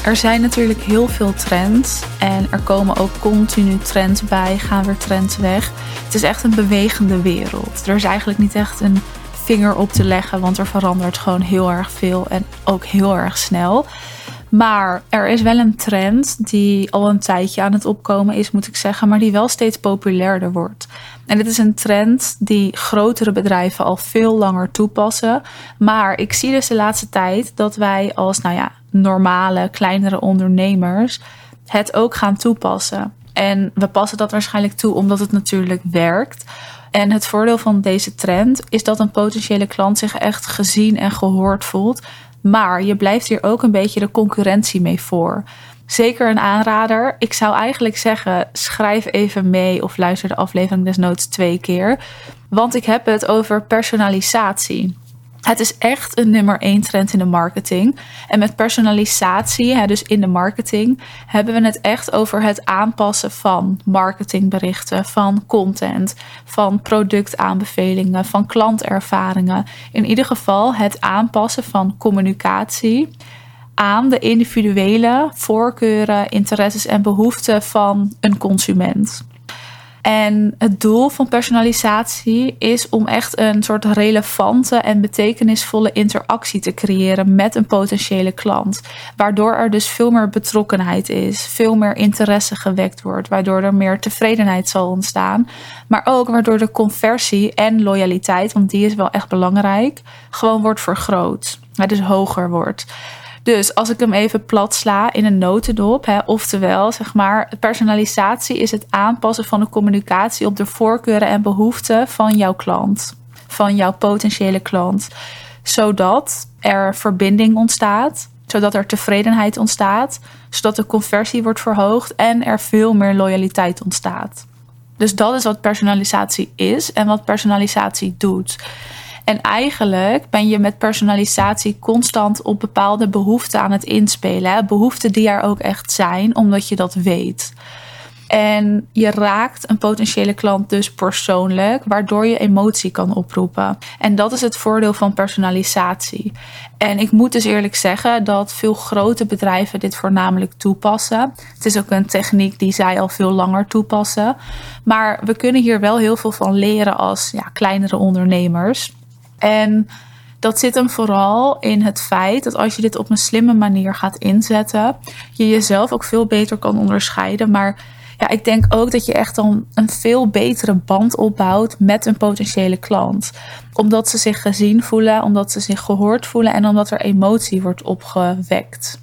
Er zijn natuurlijk heel veel trends en er komen ook continu trends bij, gaan weer trends weg. Het is echt een bewegende wereld. Er is eigenlijk niet echt een vinger op te leggen, want er verandert gewoon heel erg veel en ook heel erg snel. Maar er is wel een trend die al een tijdje aan het opkomen is, moet ik zeggen, maar die wel steeds populairder wordt. En dit is een trend die grotere bedrijven al veel langer toepassen. Maar ik zie dus de laatste tijd dat wij als normale, kleinere ondernemers het ook gaan toepassen. En we passen dat waarschijnlijk toe omdat het natuurlijk werkt. En het voordeel van deze trend is dat een potentiële klant zich echt gezien en gehoord voelt. Maar je blijft hier ook een beetje de concurrentie mee voor. Zeker een aanrader. Ik zou eigenlijk zeggen, schrijf even mee of luister de aflevering desnoods 2 keer. Want ik heb het over personalisatie. Het is echt een nummer 1 trend in de marketing. En met personalisatie, dus in de marketing, hebben we het echt over het aanpassen van marketingberichten, van content, van productaanbevelingen, van klantervaringen. In ieder geval het aanpassen van communicatie aan de individuele voorkeuren, interesses en behoeften van een consument. En het doel van personalisatie is om echt een soort relevante en betekenisvolle interactie te creëren met een potentiële klant. Waardoor er dus veel meer betrokkenheid is, veel meer interesse gewekt wordt, waardoor er meer tevredenheid zal ontstaan. Maar ook waardoor de conversie en loyaliteit, want die is wel echt belangrijk, gewoon wordt vergroot. Dus hoger wordt. Dus als ik hem even plat sla in een notendop, oftewel personalisatie is het aanpassen van de communicatie op de voorkeuren en behoeften van jouw klant, van jouw potentiële klant, zodat er verbinding ontstaat, zodat er tevredenheid ontstaat, zodat de conversie wordt verhoogd en er veel meer loyaliteit ontstaat. Dus dat is wat personalisatie is en wat personalisatie doet. En eigenlijk ben je met personalisatie constant op bepaalde behoeften aan het inspelen. Behoeften die er ook echt zijn, omdat je dat weet. En je raakt een potentiële klant dus persoonlijk, waardoor je emotie kan oproepen. En dat is het voordeel van personalisatie. En ik moet dus eerlijk zeggen dat veel grote bedrijven dit voornamelijk toepassen. Het is ook een techniek die zij al veel langer toepassen. Maar we kunnen hier wel heel veel van leren als kleinere ondernemers. En dat zit hem vooral in het feit dat als je dit op een slimme manier gaat inzetten, je jezelf ook veel beter kan onderscheiden. Maar ik denk ook dat je echt dan een veel betere band opbouwt met een potentiële klant. Omdat ze zich gezien voelen, omdat ze zich gehoord voelen en omdat er emotie wordt opgewekt.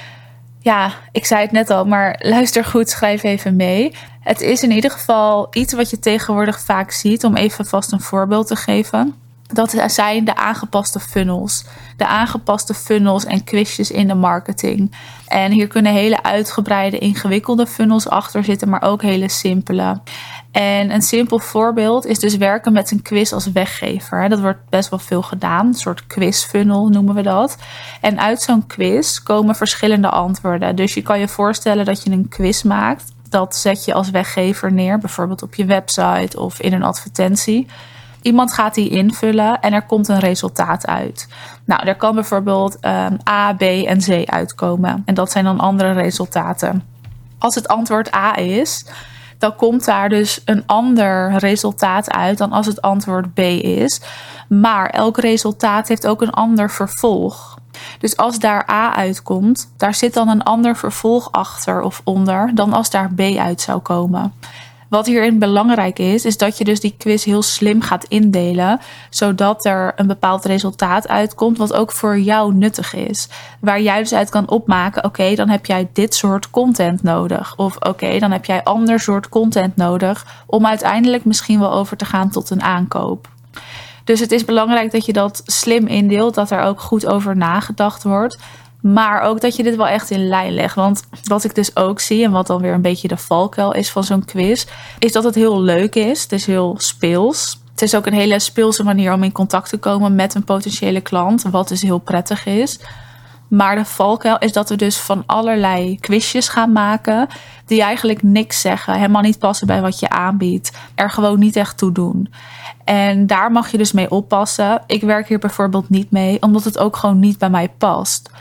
Ja, ik zei het net al, maar luister goed, schrijf even mee. Het is in ieder geval iets wat je tegenwoordig vaak ziet, om even vast een voorbeeld te geven. Dat zijn de aangepaste funnels. De aangepaste funnels en quizjes in de marketing. En hier kunnen hele uitgebreide, ingewikkelde funnels achter zitten, maar ook hele simpele. En een simpel voorbeeld is dus werken met een quiz als weggever. Dat wordt best wel veel gedaan. Een soort quizfunnel noemen we dat. En uit zo'n quiz komen verschillende antwoorden. Dus je kan je voorstellen dat je een quiz maakt. Dat zet je als weggever neer, bijvoorbeeld op je website of in een advertentie. Iemand gaat die invullen en er komt een resultaat uit. Nou, er kan bijvoorbeeld A, B en C uitkomen. En dat zijn dan andere resultaten. Als het antwoord A is, dan komt daar dus een ander resultaat uit dan als het antwoord B is. Maar elk resultaat heeft ook een ander vervolg. Dus als daar A uitkomt, daar zit dan een ander vervolg achter of onder dan als daar B uit zou komen. Wat hierin belangrijk is dat je dus die quiz heel slim gaat indelen, zodat er een bepaald resultaat uitkomt wat ook voor jou nuttig is. Waar jij dus uit kan opmaken, oké, dan heb jij dit soort content nodig. Of oké, dan heb jij ander soort content nodig om uiteindelijk misschien wel over te gaan tot een aankoop. Dus het is belangrijk dat je dat slim indeelt, dat er ook goed over nagedacht wordt. Maar ook dat je dit wel echt in lijn legt. Want wat ik dus ook zie, en wat dan weer een beetje de valkuil is van zo'n quiz, is dat het heel leuk is. Het is heel speels. Het is ook een hele speelse manier om in contact te komen met een potentiële klant, wat dus heel prettig is. Maar de valkuil is dat we dus van allerlei quizjes gaan maken die eigenlijk niks zeggen, helemaal niet passen bij wat je aanbiedt, er gewoon niet echt toe doen. En daar mag je dus mee oppassen. Ik werk hier bijvoorbeeld niet mee, omdat het ook gewoon niet bij mij past.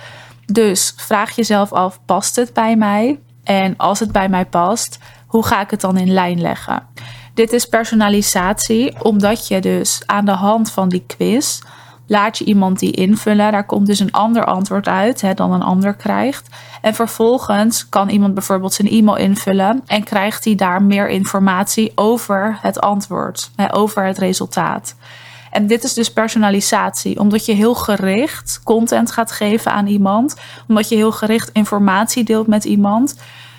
Dus vraag jezelf af, past het bij mij? En als het bij mij past, hoe ga ik het dan in lijn leggen? Dit is personalisatie, omdat je dus aan de hand van die quiz laat je iemand die invullen. Daar komt dus een ander antwoord uit dan een ander krijgt. En vervolgens kan iemand bijvoorbeeld zijn e-mail invullen en krijgt hij daar meer informatie over het antwoord, over het resultaat. En dit is dus personalisatie, omdat je heel gericht content gaat geven aan iemand, omdat je heel gericht informatie deelt met iemand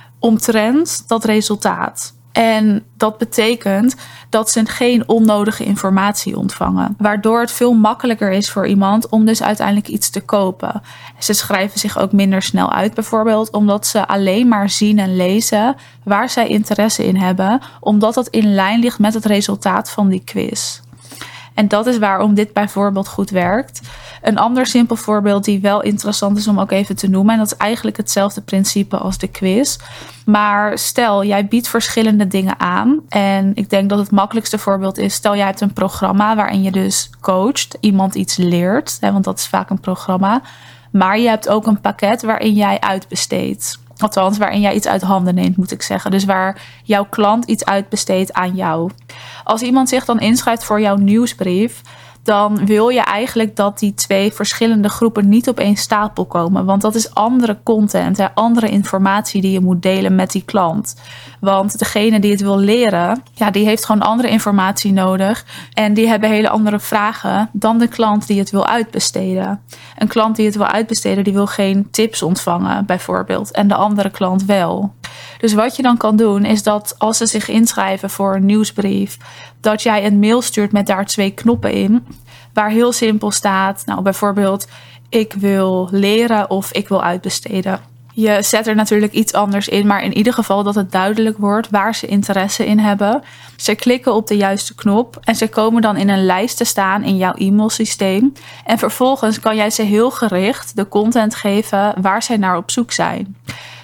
omtrent dat resultaat. En dat betekent dat ze geen onnodige informatie ontvangen. Waardoor het veel makkelijker is voor iemand om dus uiteindelijk iets te kopen. Ze schrijven zich ook minder snel uit bijvoorbeeld, omdat ze alleen maar zien en lezen waar zij interesse in hebben, omdat dat in lijn ligt met het resultaat van die quiz. En dat is waarom dit bijvoorbeeld goed werkt. Een ander simpel voorbeeld die wel interessant is om ook even te noemen. En dat is eigenlijk hetzelfde principe als de quiz. Maar stel, jij biedt verschillende dingen aan. En ik denk dat het makkelijkste voorbeeld is, stel jij hebt een programma waarin je dus coacht, iemand iets leert. Want dat is vaak een programma. Maar je hebt ook een pakket waarin jij uitbesteedt. Althans, waarin jij iets uit handen neemt, moet ik zeggen. Dus waar jouw klant iets uitbesteedt aan jou. Als iemand zich dan inschrijft voor jouw nieuwsbrief, dan wil je eigenlijk dat die twee verschillende groepen niet op één stapel komen. Want dat is andere content, andere informatie die je moet delen met die klant. Want degene die het wil leren, die heeft gewoon andere informatie nodig. En die hebben hele andere vragen dan de klant die het wil uitbesteden. Een klant die het wil uitbesteden, die wil geen tips ontvangen bijvoorbeeld. En de andere klant wel. Dus wat je dan kan doen, is dat als ze zich inschrijven voor een nieuwsbrief, dat jij een mail stuurt met daar 2 knoppen in, waar heel simpel staat, bijvoorbeeld, ik wil leren of ik wil uitbesteden. Je zet er natuurlijk iets anders in, maar in ieder geval dat het duidelijk wordt waar ze interesse in hebben. Ze klikken op de juiste knop en ze komen dan in een lijst te staan in jouw e-mailsysteem. En vervolgens kan jij ze heel gericht de content geven waar zij naar op zoek zijn.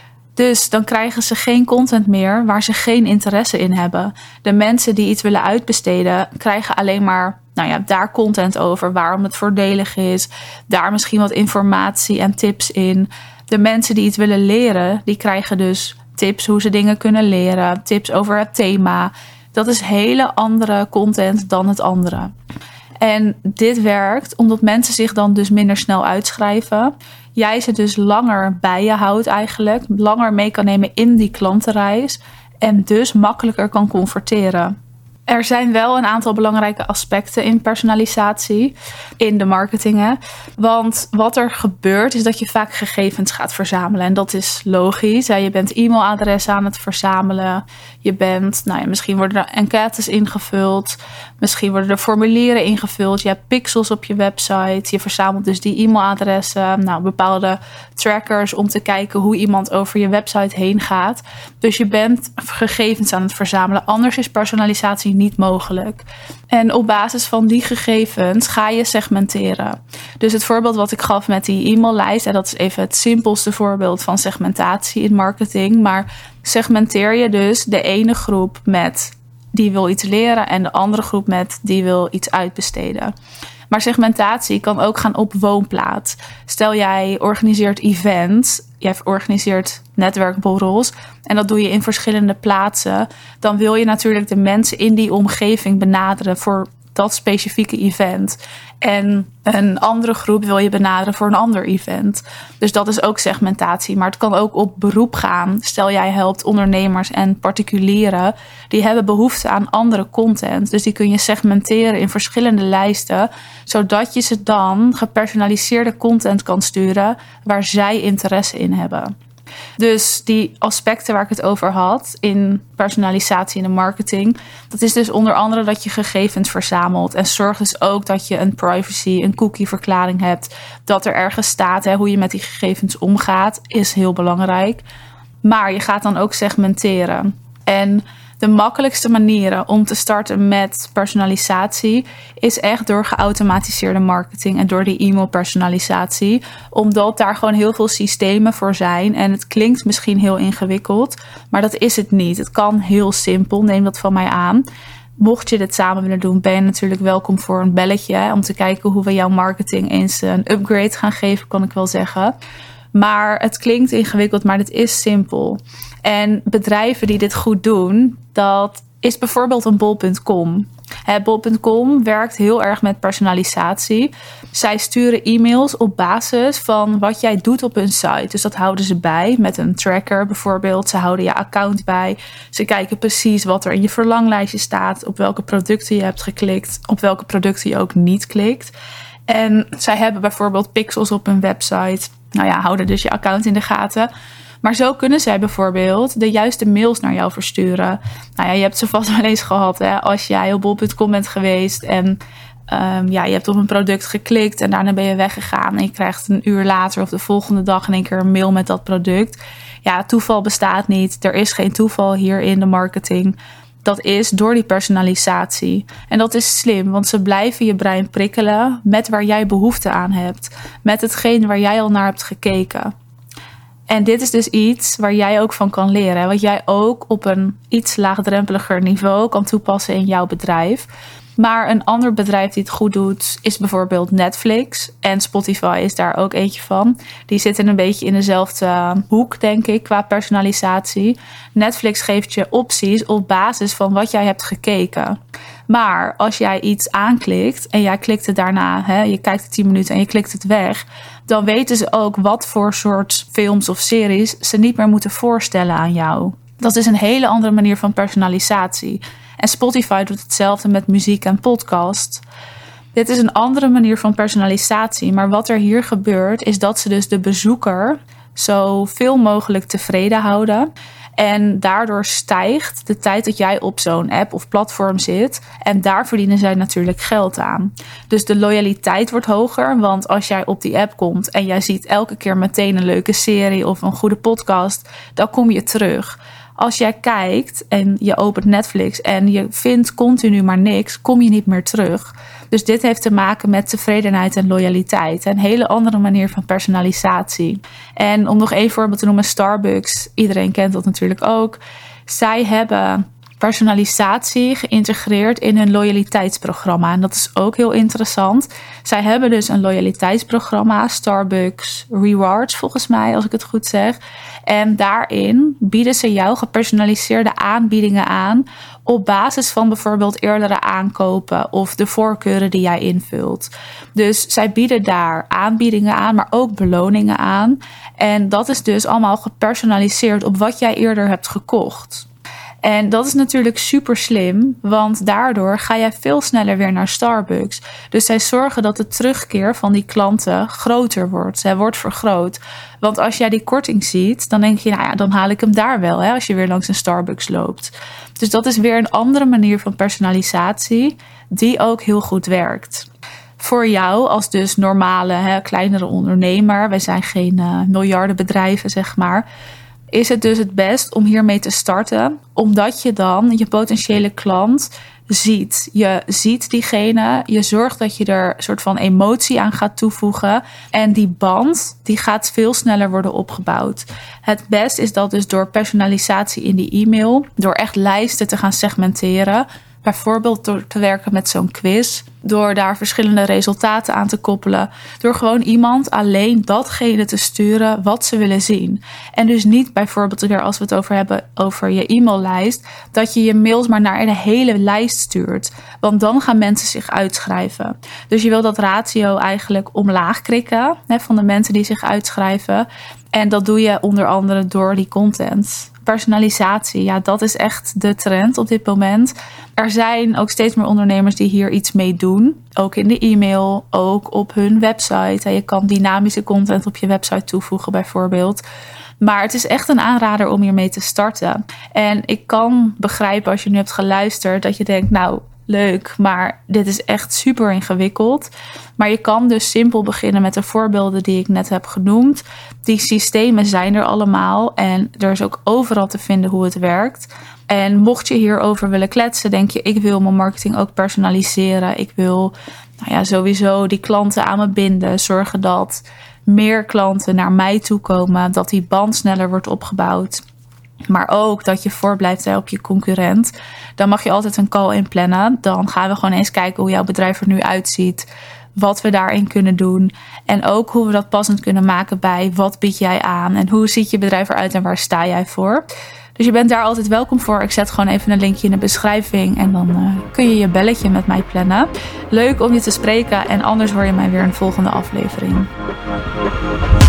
Dus dan krijgen ze geen content meer waar ze geen interesse in hebben. De mensen die iets willen uitbesteden krijgen alleen maar daar content over, waarom het voordelig is. Daar misschien wat informatie en tips in. De mensen die iets willen leren, die krijgen dus tips hoe ze dingen kunnen leren. Tips over het thema. Dat is hele andere content dan het andere. En dit werkt omdat mensen zich dan dus minder snel uitschrijven. Jij ze dus langer bij je houdt eigenlijk. Langer mee kan nemen in die klantenreis. En dus makkelijker kan converteren. Er zijn wel een aantal belangrijke aspecten in personalisatie, in de marketing. Want wat er gebeurt is dat je vaak gegevens gaat verzamelen. En dat is logisch. Je bent e-mailadressen aan het verzamelen. Je bent, misschien worden er enquêtes ingevuld. Misschien worden er formulieren ingevuld. Je hebt pixels op je website. Je verzamelt dus die e-mailadressen. Bepaalde trackers om te kijken hoe iemand over je website heen gaat. Dus je bent gegevens aan het verzamelen. Anders is personalisatie niet mogelijk. En op basis van die gegevens ga je segmenteren. Dus het voorbeeld wat ik gaf met die e-maillijst, en dat is even het simpelste voorbeeld van segmentatie in marketing. Maar segmenteer je dus de ene groep met die wil iets leren en de andere groep met die wil iets uitbesteden. Maar segmentatie kan ook gaan op woonplaats. Stel jij organiseert events, jij organiseert netwerkborrels en dat doe je in verschillende plaatsen. Dan wil je natuurlijk de mensen in die omgeving benaderen voor dat specifieke event. En een andere groep wil je benaderen voor een ander event. Dus dat is ook segmentatie. Maar het kan ook op beroep gaan. Stel jij helpt ondernemers en particulieren. Die hebben behoefte aan andere content. Dus die kun je segmenteren in verschillende lijsten. Zodat je ze dan gepersonaliseerde content kan sturen waar zij interesse in hebben. Dus die aspecten waar ik het over had in personalisatie in de marketing, dat is dus onder andere dat je gegevens verzamelt en zorg dus ook dat je een privacy, een cookie verklaring hebt, dat er ergens staat hoe je met die gegevens omgaat, is heel belangrijk. Maar je gaat dan ook segmenteren. En de makkelijkste manieren om te starten met personalisatie is echt door geautomatiseerde marketing en door die e-mailpersonalisatie. Omdat daar gewoon heel veel systemen voor zijn. En het klinkt misschien heel ingewikkeld, maar dat is het niet. Het kan heel simpel, neem dat van mij aan. Mocht je dit samen willen doen, ben je natuurlijk welkom voor een belletje. Om te kijken hoe we jouw marketing eens een upgrade gaan geven, kan ik wel zeggen. Maar het klinkt ingewikkeld, maar het is simpel. En bedrijven die dit goed doen, dat is bijvoorbeeld een bol.com. Bol.com werkt heel erg met personalisatie. Zij sturen e-mails op basis van wat jij doet op hun site. Dus dat houden ze bij met een tracker bijvoorbeeld. Ze houden je account bij. Ze kijken precies wat er in je verlanglijstje staat. Op welke producten je hebt geklikt. Op welke producten je ook niet klikt. En zij hebben bijvoorbeeld pixels op hun website. Houden dus je account in de gaten. Maar zo kunnen zij bijvoorbeeld de juiste mails naar jou versturen. Je hebt ze vast wel eens gehad. Als jij op bol.com bent geweest en je hebt op een product geklikt en daarna ben je weggegaan. En je krijgt een uur later of de volgende dag in één keer een mail met dat product. Ja, toeval bestaat niet. Er is geen toeval hier in de marketing. Dat is door die personalisatie. En dat is slim, want ze blijven je brein prikkelen met waar jij behoefte aan hebt. Met hetgeen waar jij al naar hebt gekeken. En dit is dus iets waar jij ook van kan leren. Wat jij ook op een iets laagdrempeliger niveau kan toepassen in jouw bedrijf. Maar een ander bedrijf die het goed doet is bijvoorbeeld Netflix. En Spotify is daar ook eentje van. Die zitten een beetje in dezelfde hoek, denk ik, qua personalisatie. Netflix geeft je opties op basis van wat jij hebt gekeken. Maar als jij iets aanklikt en jij klikt het daarna, je kijkt het 10 minuten en je klikt het weg, dan weten ze ook wat voor soort films of series ze niet meer moeten voorstellen aan jou. Dat is een hele andere manier van personalisatie. En Spotify doet hetzelfde met muziek en podcast. Dit is een andere manier van personalisatie. Maar wat er hier gebeurt is dat ze dus de bezoeker zoveel mogelijk tevreden houden. En daardoor stijgt de tijd dat jij op zo'n app of platform zit. En daar verdienen zij natuurlijk geld aan. Dus de loyaliteit wordt hoger. Want als jij op die app komt en jij ziet elke keer meteen een leuke serie of een goede podcast, dan kom je terug. Als jij kijkt en je opent Netflix en je vindt continu maar niks, kom je niet meer terug. Dus dit heeft te maken met tevredenheid en loyaliteit. Een hele andere manier van personalisatie. En om nog één voorbeeld te noemen, Starbucks. Iedereen kent dat natuurlijk ook. Zij hebben personalisatie geïntegreerd in hun loyaliteitsprogramma. En dat is ook heel interessant. Zij hebben dus een loyaliteitsprogramma, Starbucks Rewards volgens mij, als ik het goed zeg. En daarin bieden ze jou gepersonaliseerde aanbiedingen aan op basis van bijvoorbeeld eerdere aankopen of de voorkeuren die jij invult. Dus zij bieden daar aanbiedingen aan, maar ook beloningen aan. En dat is dus allemaal gepersonaliseerd op wat jij eerder hebt gekocht. En dat is natuurlijk super slim, want daardoor ga jij veel sneller weer naar Starbucks. Dus zij zorgen dat de terugkeer van die klanten groter wordt. Zij wordt vergroot. Want als jij die korting ziet, dan denk je, dan haal ik hem daar wel, als je weer langs een Starbucks loopt. Dus dat is weer een andere manier van personalisatie die ook heel goed werkt. Voor jou als dus normale, kleinere ondernemer, wij zijn geen miljardenbedrijven, zeg maar, is het dus het best om hiermee te starten, omdat je dan je potentiële klant ziet. Je ziet diegene, je zorgt dat je er een soort van emotie aan gaat toevoegen en die band die gaat veel sneller worden opgebouwd. Het best is dat dus door personalisatie in die e-mail, door echt lijsten te gaan segmenteren. Bijvoorbeeld door te werken met zo'n quiz. Door daar verschillende resultaten aan te koppelen. Door gewoon iemand alleen datgene te sturen wat ze willen zien. En dus niet bijvoorbeeld weer als we het over hebben over je e-maillijst. Dat je je mails maar naar de hele lijst stuurt. Want dan gaan mensen zich uitschrijven. Dus je wil dat ratio eigenlijk omlaag krikken. Van de mensen die zich uitschrijven. En dat doe je onder andere door die content. Personalisatie, dat is echt de trend op dit moment. Er zijn ook steeds meer ondernemers die hier iets mee doen. Ook in de e-mail, ook op hun website. Je kan dynamische content op je website toevoegen bijvoorbeeld. Maar het is echt een aanrader om hiermee te starten. En ik kan begrijpen als je nu hebt geluisterd dat je denkt, leuk, maar dit is echt super ingewikkeld. Maar je kan dus simpel beginnen met de voorbeelden die ik net heb genoemd. Die systemen zijn er allemaal en er is ook overal te vinden hoe het werkt. En mocht je hierover willen kletsen, denk je, ik wil mijn marketing ook personaliseren. Ik wil sowieso die klanten aan me binden. Zorgen dat meer klanten naar mij toe komen. Dat die band sneller wordt opgebouwd. Maar ook dat je voorblijft op je concurrent. Dan mag je altijd een call inplannen. Dan gaan we gewoon eens kijken hoe jouw bedrijf er nu uitziet. wat we daarin kunnen doen. En ook hoe we dat passend kunnen maken bij wat bied jij aan en hoe ziet je bedrijf eruit en waar sta jij voor. Dus je bent daar altijd welkom voor. Ik zet gewoon even een linkje in de beschrijving en dan kun je je belletje met mij plannen. Leuk om je te spreken en anders hoor je mij weer in een volgende aflevering.